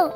bonjour.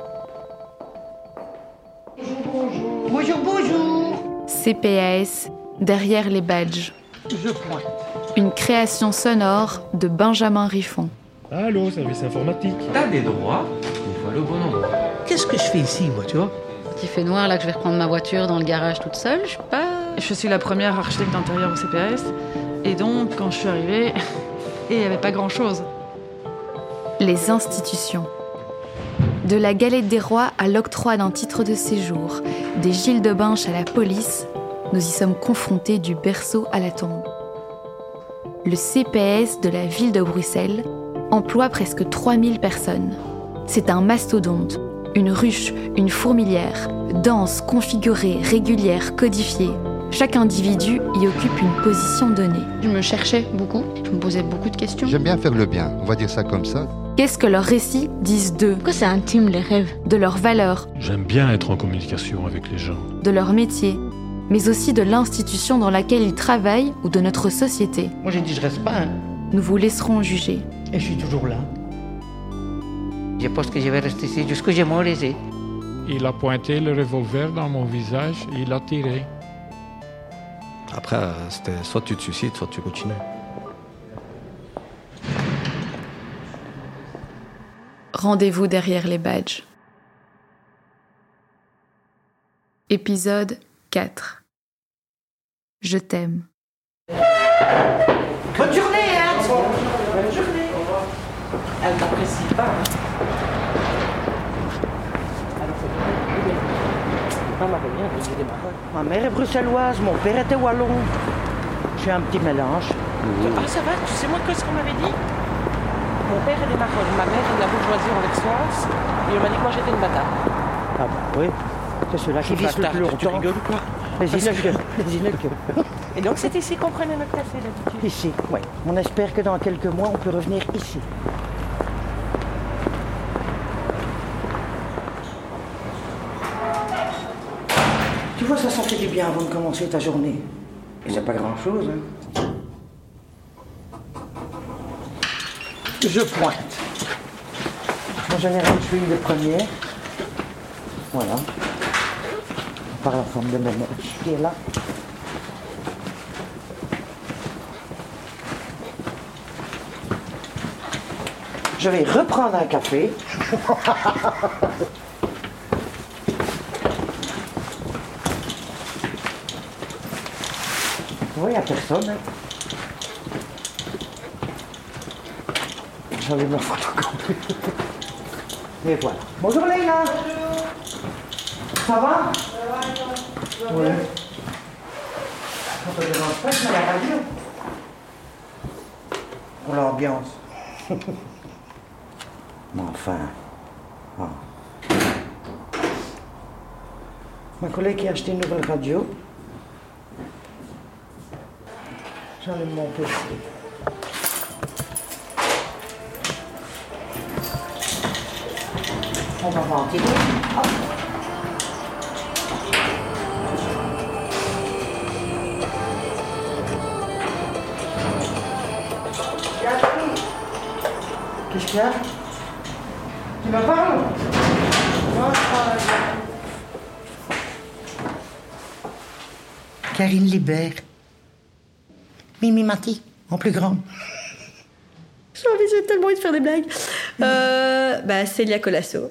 Bonjour, bonjour. CPAS, derrière les badges. Je pointe. Une création sonore de Benjamin Riffon. Allô, service informatique. T'as des droits, il faut aller au bon endroit. Qu'est-ce que je fais ici, moi, tu vois? Il fait noir là que je vais reprendre ma voiture dans le garage toute seule, je sais pas. Je suis la première architecte d'intérieur au CPAS et donc quand je suis arrivée, il n'y avait pas grand-chose. Les institutions. De la galette des rois à l'octroi d'un titre de séjour, des Gilles de Binche à la police, nous y sommes confrontés du berceau à la tombe. Le CPAS de la ville de Bruxelles emploie presque 3000 personnes. C'est un mastodonte, une ruche, une fourmilière, dense, configurée, régulière, codifiée. Chaque individu y occupe une position donnée. Je me cherchais beaucoup, je me posais beaucoup de questions. J'aime bien faire le bien, on va dire ça comme ça. Qu'est-ce que leurs récits disent d'eux, Pourquoi c'est intime les rêves? de leurs valeurs, J'aime bien être en communication avec les gens. de leur métier, mais aussi de l'institution dans laquelle ils travaillent ou de notre société? Moi, j'ai dit, je reste pas, hein. Nous vous laisserons juger. Et je suis toujours là. Je pense que je vais rester ici jusqu'à ce que je m'en laisse. Il a pointé le revolver dans mon visage et il a tiré. Après, c'était soit tu te suicides, soit tu continues. Rendez-vous derrière les badges. Épisode 4. Je t'aime. Bonne journée, hein. Bonne journée. Elle t'apprécie pas, hein. Ma mère est bruxelloise, mon père était wallon. Je suis un petit mélange. Ah ça va, tu sais moi qu'est-ce qu'on m'avait dit? Mon père est des marronnes, ma mère est de la bourgeoisie anversoise, et on m'a dit que moi j'étais une bâtarde. Ah bah oui, c'est ceux-là qui vivent le plus longtemps. Tu rigoles ou quoi? Les innocueux, les innocueux. Et donc c'est ici qu'on prenait notre café d'habitude? Ici, oui. On espère que dans quelques mois, on peut revenir ici. Tu vois, ça fait du bien avant de commencer ta journée. Et c'est pas grand-chose, hein. Je pointe. En général, je suis une des premières. Voilà. Par la forme de mes mèches qui est là. Je vais reprendre un café. Oui, il n'y a personne. Hein. J'avais ma photocopie. Et voilà. Bonjour Leïla. Bonjour. Ça va? Ça va. Oui. On te dérange pas, je mets la radio. Pour l'ambiance. Mais enfin. Ah. Ma collègue a acheté une nouvelle radio. J'enlève mon PC. On va ventiler. Hop. Qu'est-ce qu'il y a? Tu me parles? Moi, je parle. Karine Libert. Mimi Mati, en plus grande. J'ai tellement envie de faire des blagues. Célia Colasso.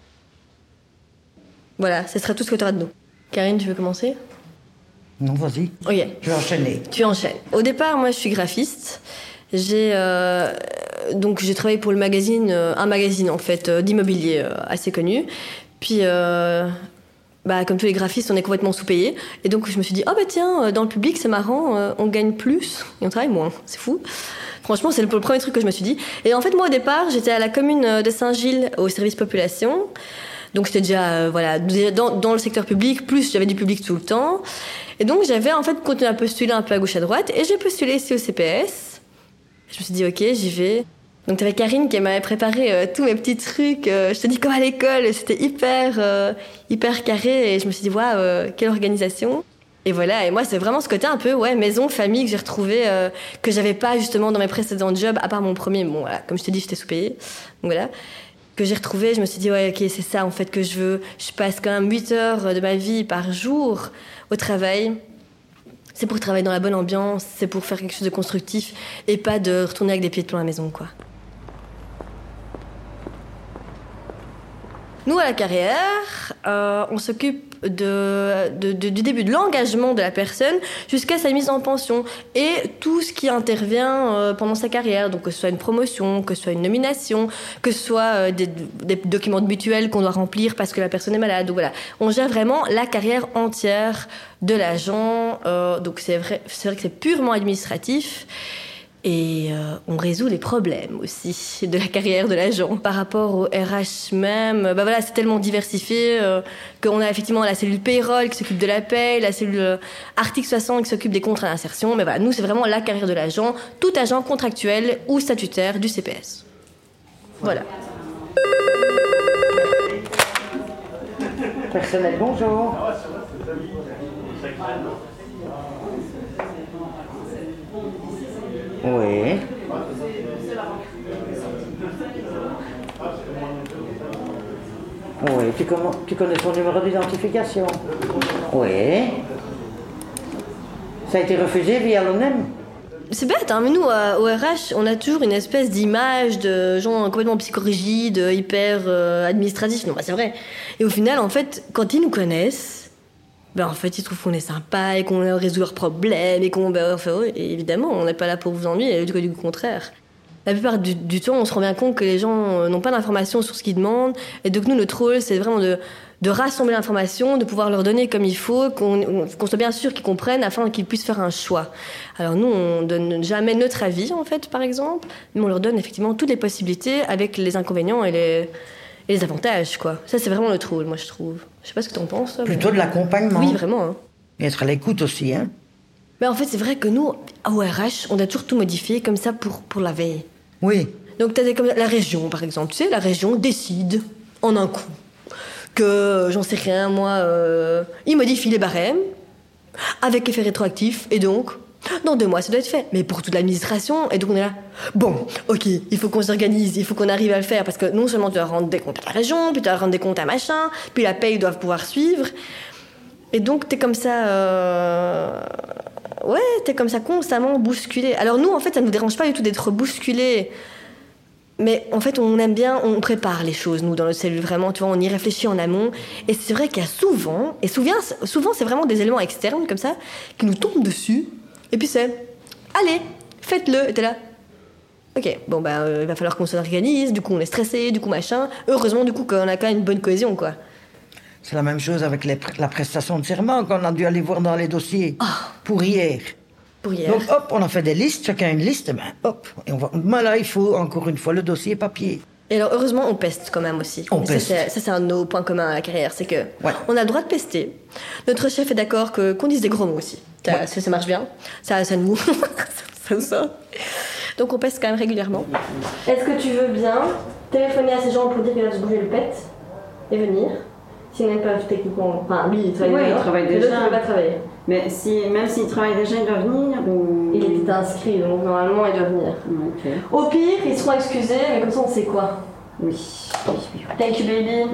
Voilà, ce sera tout ce que tu auras de nous. Karine, tu veux commencer? Non, vas-y. Ok. Je vais enchaîner. Tu enchaînes. Au départ, moi, je suis graphiste. J'ai travaillé pour le magazine, un magazine en fait d'immobilier assez connu. Puis, comme tous les graphistes, on est complètement sous-payés. Et donc, je me suis dit, dans le public, c'est marrant, on gagne plus et on travaille moins. C'est fou. Franchement, c'est le premier truc que je me suis dit. Et en fait, moi, au départ, j'étais à la commune de Saint-Gilles, au service population. Donc, c'était déjà, dans le secteur public, plus j'avais du public tout le temps. Et donc, j'avais en fait continué à postuler un peu à gauche, à droite. Et j'ai postulé ici au CPS. Je me suis dit, ok, j'y vais. Donc, t'avais Karine qui m'avait préparé tous mes petits trucs. Je te dis, comme à l'école, c'était hyper carré. Et je me suis dit, waouh, quelle organisation. Et voilà, et moi, c'est vraiment ce côté un peu, maison, famille que j'ai retrouvé, que j'avais pas justement dans mes précédents jobs, à part mon premier. Bon, voilà, comme je t'ai dit, j'étais sous-payée. Donc voilà. que j'ai retrouvé, je me suis dit, ouais, ok, c'est ça en fait que je veux. Je passe quand même 8 heures de ma vie par jour au travail. C'est pour travailler dans la bonne ambiance, c'est pour faire quelque chose de constructif et pas de retourner avec des pieds de plomb à la maison, quoi. Nous, à la carrière, on s'occupe du début de l'engagement de la personne jusqu'à sa mise en pension et tout ce qui intervient pendant sa carrière, donc que ce soit une promotion, que ce soit une nomination, que ce soit des documents de mutuelle qu'on doit remplir parce que la personne est malade. Donc voilà, on gère vraiment la carrière entière de l'agent, donc c'est vrai que c'est purement administratif. Et on résout les problèmes aussi de la carrière de l'agent. Par rapport au RH même, voilà, c'est tellement diversifié qu'on a effectivement la cellule payroll qui s'occupe de la paye, la cellule article 60 qui s'occupe des contrats d'insertion. Mais voilà, nous, c'est vraiment la carrière de l'agent, tout agent contractuel ou statutaire du CPS. Voilà. Personnel, bonjour. Oui. Oui, tu connais son numéro d'identification? Oui. Ça a été refusé via l'ONEM? C'est bête, hein, mais nous, au RH, on a toujours une espèce d'image de gens complètement psychorigides, hyper administratifs. Non, bah, c'est vrai. Et au final, en fait, quand ils nous connaissent, en fait, ils trouvent qu'on est sympa et qu'on résout leurs problèmes et qu'on... oui, évidemment, on n'est pas là pour vous ennuyer, du contraire. La plupart du temps, on se rend bien compte que les gens n'ont pas d'informations sur ce qu'ils demandent. Et donc, nous, notre rôle, c'est vraiment de rassembler l'information, de pouvoir leur donner comme il faut, qu'on soit bien sûr qu'ils comprennent afin qu'ils puissent faire un choix. Alors nous, on donne jamais notre avis, en fait, par exemple, mais on leur donne effectivement toutes les possibilités avec les inconvénients et les avantages, quoi. Ça, c'est vraiment notre rôle, moi, je trouve. Je sais pas ce que t'en penses, toi. Plutôt de l'accompagnement. Oui, vraiment. Hein. Et être à l'écoute aussi, hein. Mais en fait, c'est vrai que nous, au RH, on a toujours tout modifié comme ça pour la veille. Oui. Donc, t'as comme la région, par exemple. Tu sais, la région décide en un coup que, j'en sais rien, moi, il modifie les barèmes avec effet rétroactif, et donc, dans 2 mois, ça doit être fait. Mais pour toute l'administration, et donc on est là, bon, ok, il faut qu'on s'organise, il faut qu'on arrive à le faire, parce que non seulement tu dois rendre des comptes à la région, puis tu dois rendre des comptes à machin, puis la paye doit pouvoir suivre. Et donc, t'es comme ça... Ouais, t'es comme ça constamment bousculé. Alors nous, en fait, ça nous dérange pas du tout d'être bousculé. Mais en fait, on aime bien, on prépare les choses, nous, dans notre cellule, vraiment, tu vois, on y réfléchit en amont. Et c'est vrai qu'il y a souvent, c'est vraiment des éléments externes, comme ça, qui nous tombent dessus. Et puis c'est, allez, faites-le. Et t'es là, ok, bon, il va falloir qu'on s'organise, du coup, on est stressé, du coup, machin. Heureusement, du coup, qu'on a quand même une bonne cohésion, quoi. C'est la même chose avec la prestation de serment qu'on a dû aller voir dans les dossiers pour hier. Donc hop, on a fait des listes, chacun une liste, hop, et là il faut encore une fois le dossier papier. Et alors heureusement on peste quand même aussi. On peste. Ça c'est un de nos points communs à la carrière, c'est que on a le droit de pester. Notre chef est d'accord qu'on dise des gros mots aussi. Ça marche bien, ça nous ça nous sort. Donc on peste quand même régulièrement. Est-ce que tu veux bien téléphoner à ces gens pour dire qu'il a bouger le pet et venir? Sinon ils peuvent techniquement... Enfin lui il travaille déjà. Oui, il travaille déjà. L'autre ne peut pas travailler. Mais même s'il travaille déjà, il doit venir ou... Il était inscrit, donc normalement il doit venir. Okay. Au pire, ils seront excusés, mais comme ça on sait quoi. Oui. Thank you baby.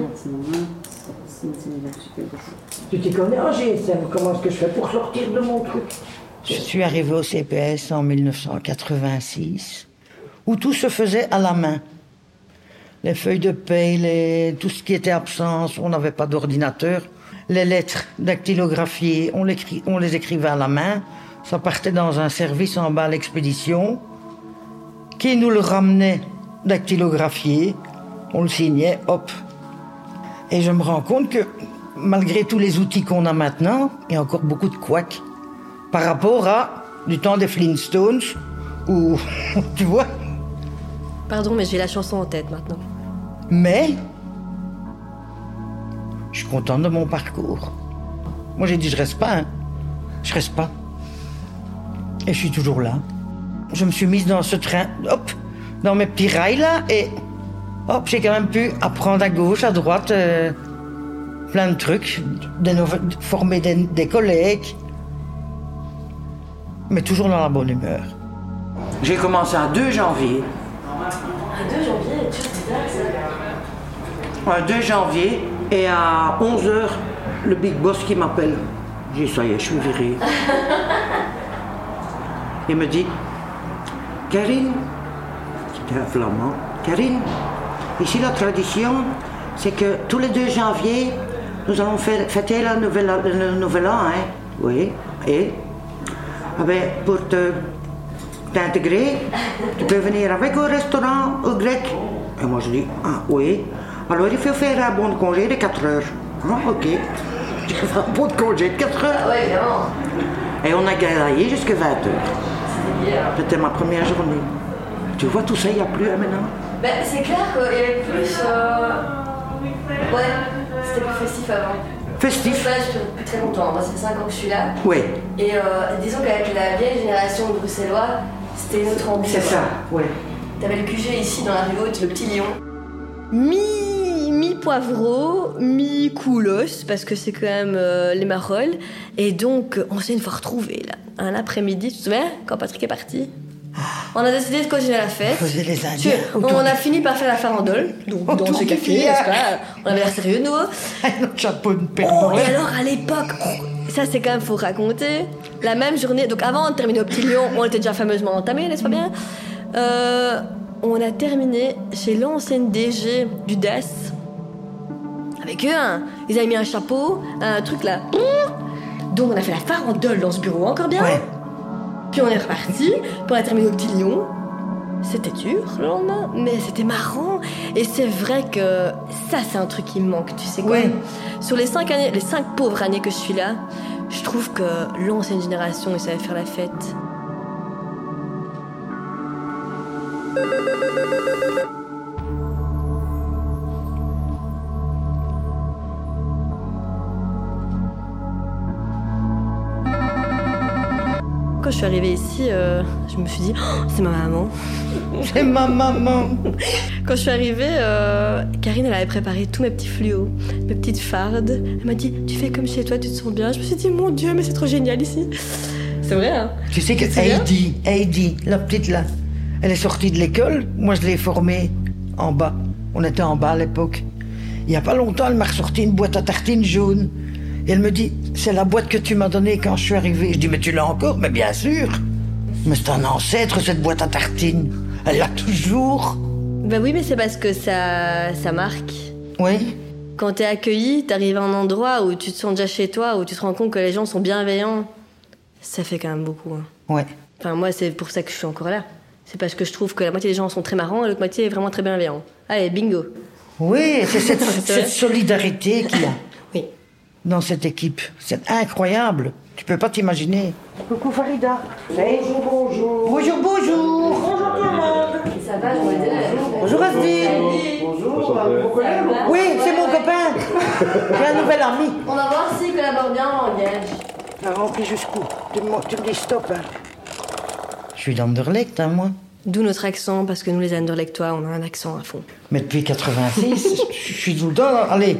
Tu t'y connais en GSM, comment est-ce que je fais pour sortir de mon truc? Je suis arrivée au CPS en 1986, où tout se faisait à la main. Les feuilles de paye, tout ce qui était absence, on n'avait pas d'ordinateur. Les lettres dactylographiées, on les écrivait à la main. Ça partait dans un service en bas à l'expédition, qui nous le ramenait dactylographié. On le signait, hop. Et je me rends compte que, malgré tous les outils qu'on a maintenant, il y a encore beaucoup de couacs. Par rapport à du temps des Flintstones, où, tu vois... Pardon, mais j'ai la chanson en tête maintenant. Mais... je suis contente de mon parcours. Moi, j'ai dit, je reste pas, hein. Je reste pas. Et je suis toujours là. Je me suis mise dans ce train, hop, dans mes petits rails, là, et hop, j'ai quand même pu apprendre à gauche, à droite, plein de trucs, former des collègues, mais toujours dans la bonne humeur. J'ai commencé un 2 janvier. Un 2 janvier, tu sais, 2 janvier, et à 11h, le big boss qui m'appelle. Je dis, ça y est, je suis viré. Il me dit, Karine, c'était un flamand, Karine, ici la tradition, c'est que tous les 2 janvier, nous allons fêter le nouvel an, hein. Oui, et pour t'intégrer, tu peux venir avec au restaurant au grec. Et moi je dis, ah oui, alors il faut faire un bon de congé de 4 heures. Ah, ok, tu fais un bon de congé de 4 heures. Oui, évidemment. Et on a gagné jusqu'à 20 heures. C'était ma première journée. Tu vois, tout ça, il n'y a plus maintenant. Ben, c'est clair qu'il y avait plus... Ouais, c'était plus festif avant. Festif? Là, je suis depuis très longtemps. Moi, ça fait 5 ans que je suis là. Oui. Et disons qu'avec la vieille génération de Bruxellois, c'était une autre ambiance. C'est ça, oui. T'avais le QG ici dans la rue haute, le petit lion. Mi-poivreau, mi-coolos, parce que c'est quand même les Marolles. Et donc, on s'est une fois retrouvés, là, un après-midi, tu te souviens, quand Patrick est parti? On a décidé de continuer la fête. Les Indiens. On a fini par faire la farandole, donc dans ce café, n'est-ce pas? On avait l'air sérieux de nouveau. Notre chapeau de perron. Et alors, à l'époque, ça c'est quand même, faut raconter, la même journée, donc avant de terminer au Petit Lion, on était déjà fameusement entamés, n'est-ce pas bien? On a terminé chez l'ancienne DG du DAS. Avec eux, ils avaient mis un chapeau, un truc là. Donc on a fait la farandole dans ce bureau, encore bien. Ouais. Puis on est reparti, puis on a terminé au Petit Lion. C'était dur le lendemain, mais c'était marrant. Et c'est vrai que ça, c'est un truc qui me manque, tu sais quoi. Ouais. Sur les 5 pauvres années que je suis là, je trouve que l'ancienne génération, ils savaient faire la fête. Quand je suis arrivée ici, je me suis dit, oh, c'est ma maman. C'est ma maman. Quand je suis arrivée, Karine, elle avait préparé tous mes petits fluos, mes petites fardes. Elle m'a dit, tu fais comme chez toi, tu te sens bien. Je me suis dit, mon Dieu, mais c'est trop génial ici. C'est vrai, hein? Tu sais que Heidi, la petite là, elle est sortie de l'école. Moi, je l'ai formée en bas. On était en bas à l'époque. Il n'y a pas longtemps, elle m'a ressorti une boîte à tartines jaune. Et elle me dit, c'est la boîte que tu m'as donnée quand je suis arrivée. Je dis, mais tu l'as encore? Mais bien sûr. Mais c'est un ancêtre, cette boîte à tartines. Elle l'a toujours. Ben oui, mais c'est parce que ça marque. Oui. Quand t'es accueilli, t'arrives à un endroit où tu te sens déjà chez toi, où tu te rends compte que les gens sont bienveillants. Ça fait quand même beaucoup. Hein. Ouais. Enfin, moi, c'est pour ça que je suis encore là. C'est parce que je trouve que la moitié des gens sont très marrants et l'autre moitié est vraiment très bienveillant. Allez, bingo. Oui, c'est cette solidarité qu'il y a. Oui. Dans cette équipe. C'est incroyable. Tu peux pas t'imaginer. Coucou Farida. Bonjour, bonjour. Bonjour, bonjour. Bonjour tout le monde. Ça va, je me dis. Bonjour Asdine. Bonjour, vos collègues? Oui, c'est mon copain. J'ai un nouvel ami. On va voir s'ils collaborent bien en langage. Ça remplit jusqu'où? Tu me dis stop. Hein. Je suis d'Anderlecht, hein, moi. D'où notre accent, parce que nous, les Anderlechtois, on a un accent à fond. Mais depuis 86, je suis tout le temps... Allez.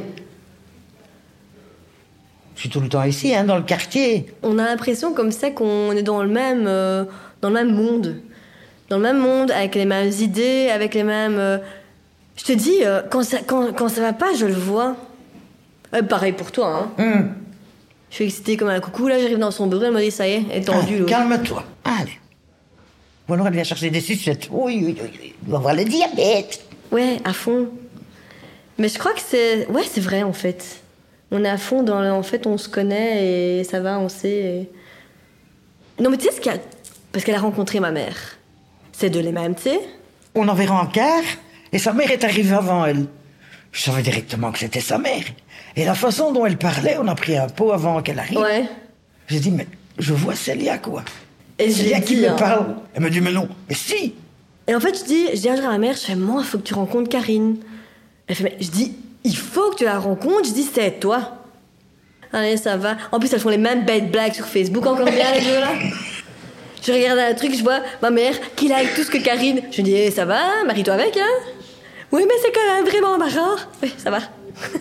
Je suis tout le temps ici, hein, dans le quartier. On a l'impression comme ça qu'on est dans le même monde. Dans le même monde, avec les mêmes idées, avec les mêmes... Je te dis, quand ça va pas, je le vois. Pareil pour toi, hein. Je suis excitée comme un coucou, là, j'arrive dans son bureau, elle m'a dit, ça y est, elle est tendue. Calme-toi, allez. Ou alors elle vient chercher des sucettes. Oui, on va voir le diabète. Ouais, à fond. Mais je crois que c'est... Ouais, c'est vrai, en fait. On est à fond dans... En fait, on se connaît et ça va, on sait. Et... Non, mais tu sais ce qu'il y a... Parce qu'elle a rencontré ma mère. C'est de les mêmes, tu sais. On en verra en quart, et sa mère est arrivée avant elle. Je savais directement que c'était sa mère. Et la façon dont elle parlait, on a pris un pot avant qu'elle arrive. Ouais. J'ai dit, mais je vois Célia, quoi. Et Célia qui me hein. parle. Elle me dit, mais non, mais si. Et en fait, je dis un jour à ma mère, je fais, moi, il faut que tu rencontres Karine. Elle fait, mais je dis, il faut que tu la rencontres. Je dis, c'est toi. Allez, ça va. En plus, elles font les mêmes bêtes blagues sur Facebook, encore bien, les deux, là. Je regarde un truc, je vois ma mère qui like tout ce que Karine. Je dis, ça va, marie-toi avec, hein. Oui, mais c'est quand même vraiment marrant. Oui, ça va.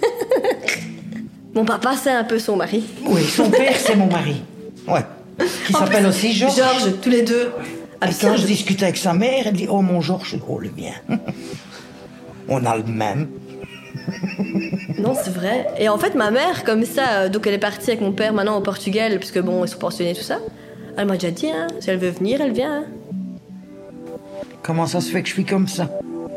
Mon papa, c'est un peu son mari. Oui, son père, c'est mon mari. Ouais. Qui s'appelle aussi Georges. Georges, tous les deux. Et quand je discute avec sa mère, elle dit, oh, mon Georges, oh, le mien. On a le même. Non, c'est vrai. Et en fait, ma mère, comme ça, donc elle est partie avec mon père maintenant au Portugal, puisque bon, ils sont pensionnés, tout ça. Elle m'a déjà dit, hein, si elle veut venir, elle vient. Hein. Comment ça se fait que je suis comme ça?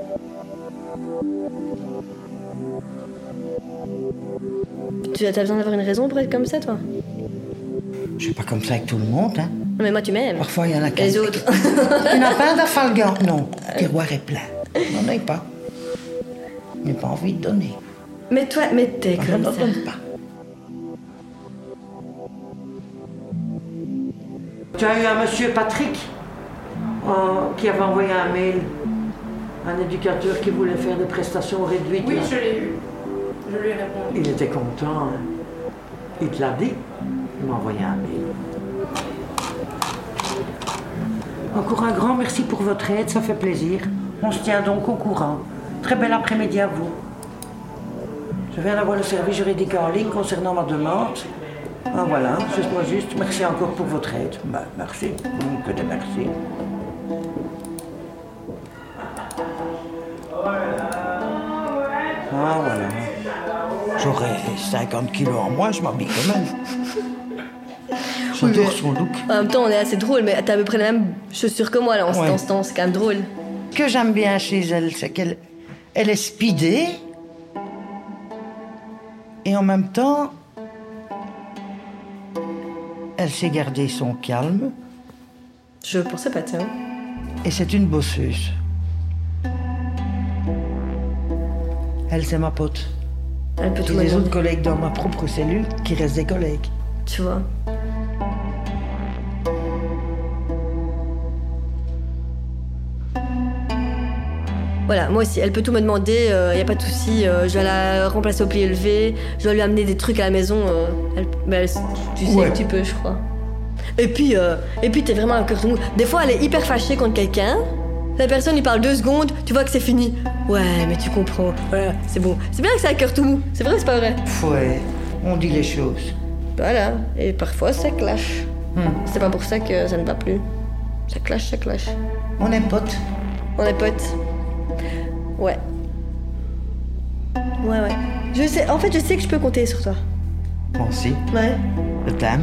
Tu as besoin d'avoir une raison pour être comme ça, toi? Je suis pas comme ça avec tout le monde, hein. Non, mais moi, tu m'aimes. Parfois, il y en a les autres. Tu n'as pas d'afalgan? Non, le tiroir est plein. N'en ai pas. Je n'ai pas envie de donner. Mais toi, mais t'es comme ça. Je ne donne pas. Tu as eu un monsieur Patrick qui avait envoyé un mail, un éducateur qui voulait faire des prestations réduites. Oui, je l'ai eu. Je lui ai répondu. Il était content. Hein. Il te l'a dit. Il m'a envoyé un mail. Encore un grand merci pour votre aide, ça fait plaisir. On se tient donc au courant. Très bel après-midi à vous. Je viens d'avoir le service juridique en ligne concernant ma demande. Ah voilà, c'est moi juste. Merci encore pour votre aide. Bah, merci. Que des merci. Ah voilà. J'aurais 50 kilos en moins, je m'habille quand même. J'adore son look. En même temps, on est assez drôle, mais t'as à peu près les mêmes chaussures que moi là en ce temps, c'est quand même drôle. Ce que j'aime bien chez elle, c'est qu'elle est speedée et en même temps, elle sait garder son calme. Je pensais pas, tiens. Et c'est une bosseuse. Elle, c'est ma pote. Elle peut tout J'ai des autres collègues dans ma propre cellule qui restent des collègues. Tu vois. Voilà, moi aussi, elle peut tout me demander, y a pas de souci, je dois la remplacer au pied levé, je dois lui amener des trucs à la maison, tu sais que tu peux, je crois. Et puis t'es vraiment un cœur tout mou. Des fois, elle est hyper fâchée contre quelqu'un, la personne lui parle 2 secondes, tu vois que c'est fini. Ouais, mais tu comprends, voilà, c'est bon. C'est bien que c'est un cœur tout mou, c'est vrai ou c'est pas vrai? Ouais, on dit les choses. Voilà, et parfois ça clash. C'est pas pour ça que ça ne va plus. Ça clash. On est potes. On est potes. Ouais. Je sais que je peux compter sur toi. Moi aussi. Ouais. Je t'aime.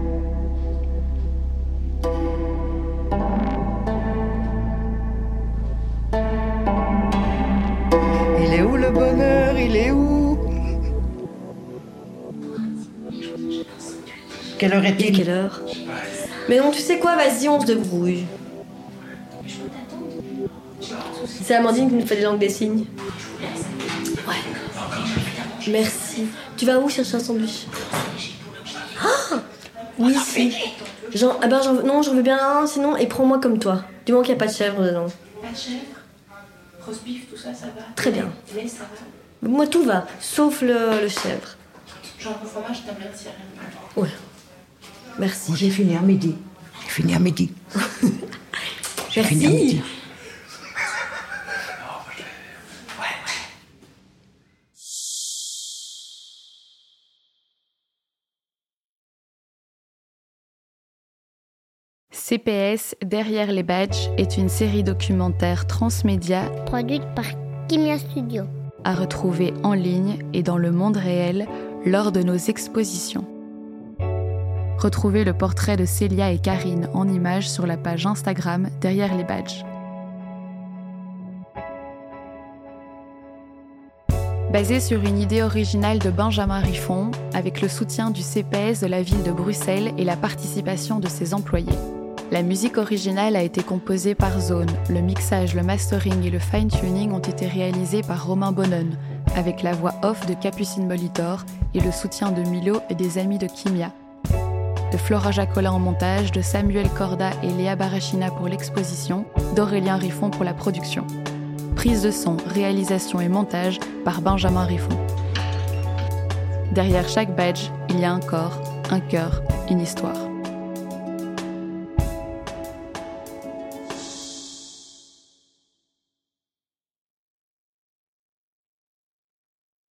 Il est où le bonheur? Il est où? Quelle heure est-il? Quelle heure? Mais non, tu sais quoi, vas-y, on se débrouille. C'est Amandine qui nous fait des langues des signes. Ouais. Merci. Tu vas où chercher un sandwich? Ah oui, si. Non, j'en veux bien un, sinon, et prends-moi comme toi. Du moment qu'il n'y a pas de chèvre dedans. Pas de chèvre? Roast beef, tout ça, ça va? Très bien. Mais ça va? Moi, tout va, sauf le chèvre. Genre au fromage, je t'aimerais s'il y a rien. Ouais. Merci. Moi, j'ai fini à midi. J'ai fini à midi. CPS Derrière les badges est une série documentaire transmédia produite par Kimia Studio à retrouver en ligne et dans le monde réel lors de nos expositions. Retrouvez le portrait de Célia et Karine en images sur la page Instagram Derrière les badges. Basé sur une idée originale de Benjamin Riffon, avec le soutien du CPS de la ville de Bruxelles et la participation de ses employés. La musique originale a été composée par Zone. Le mixage, le mastering et le fine-tuning ont été réalisés par Romain Bonnon, avec la voix off de Capucine Molitor et le soutien de Milo et des amis de Kimia. De Flora Jacolin en montage, de Samuel Corda et Léa Barachina pour l'exposition, d'Aurélien Riffon pour la production. Prise de son, réalisation et montage par Benjamin Riffon. Derrière chaque badge, il y a un corps, un cœur, une histoire.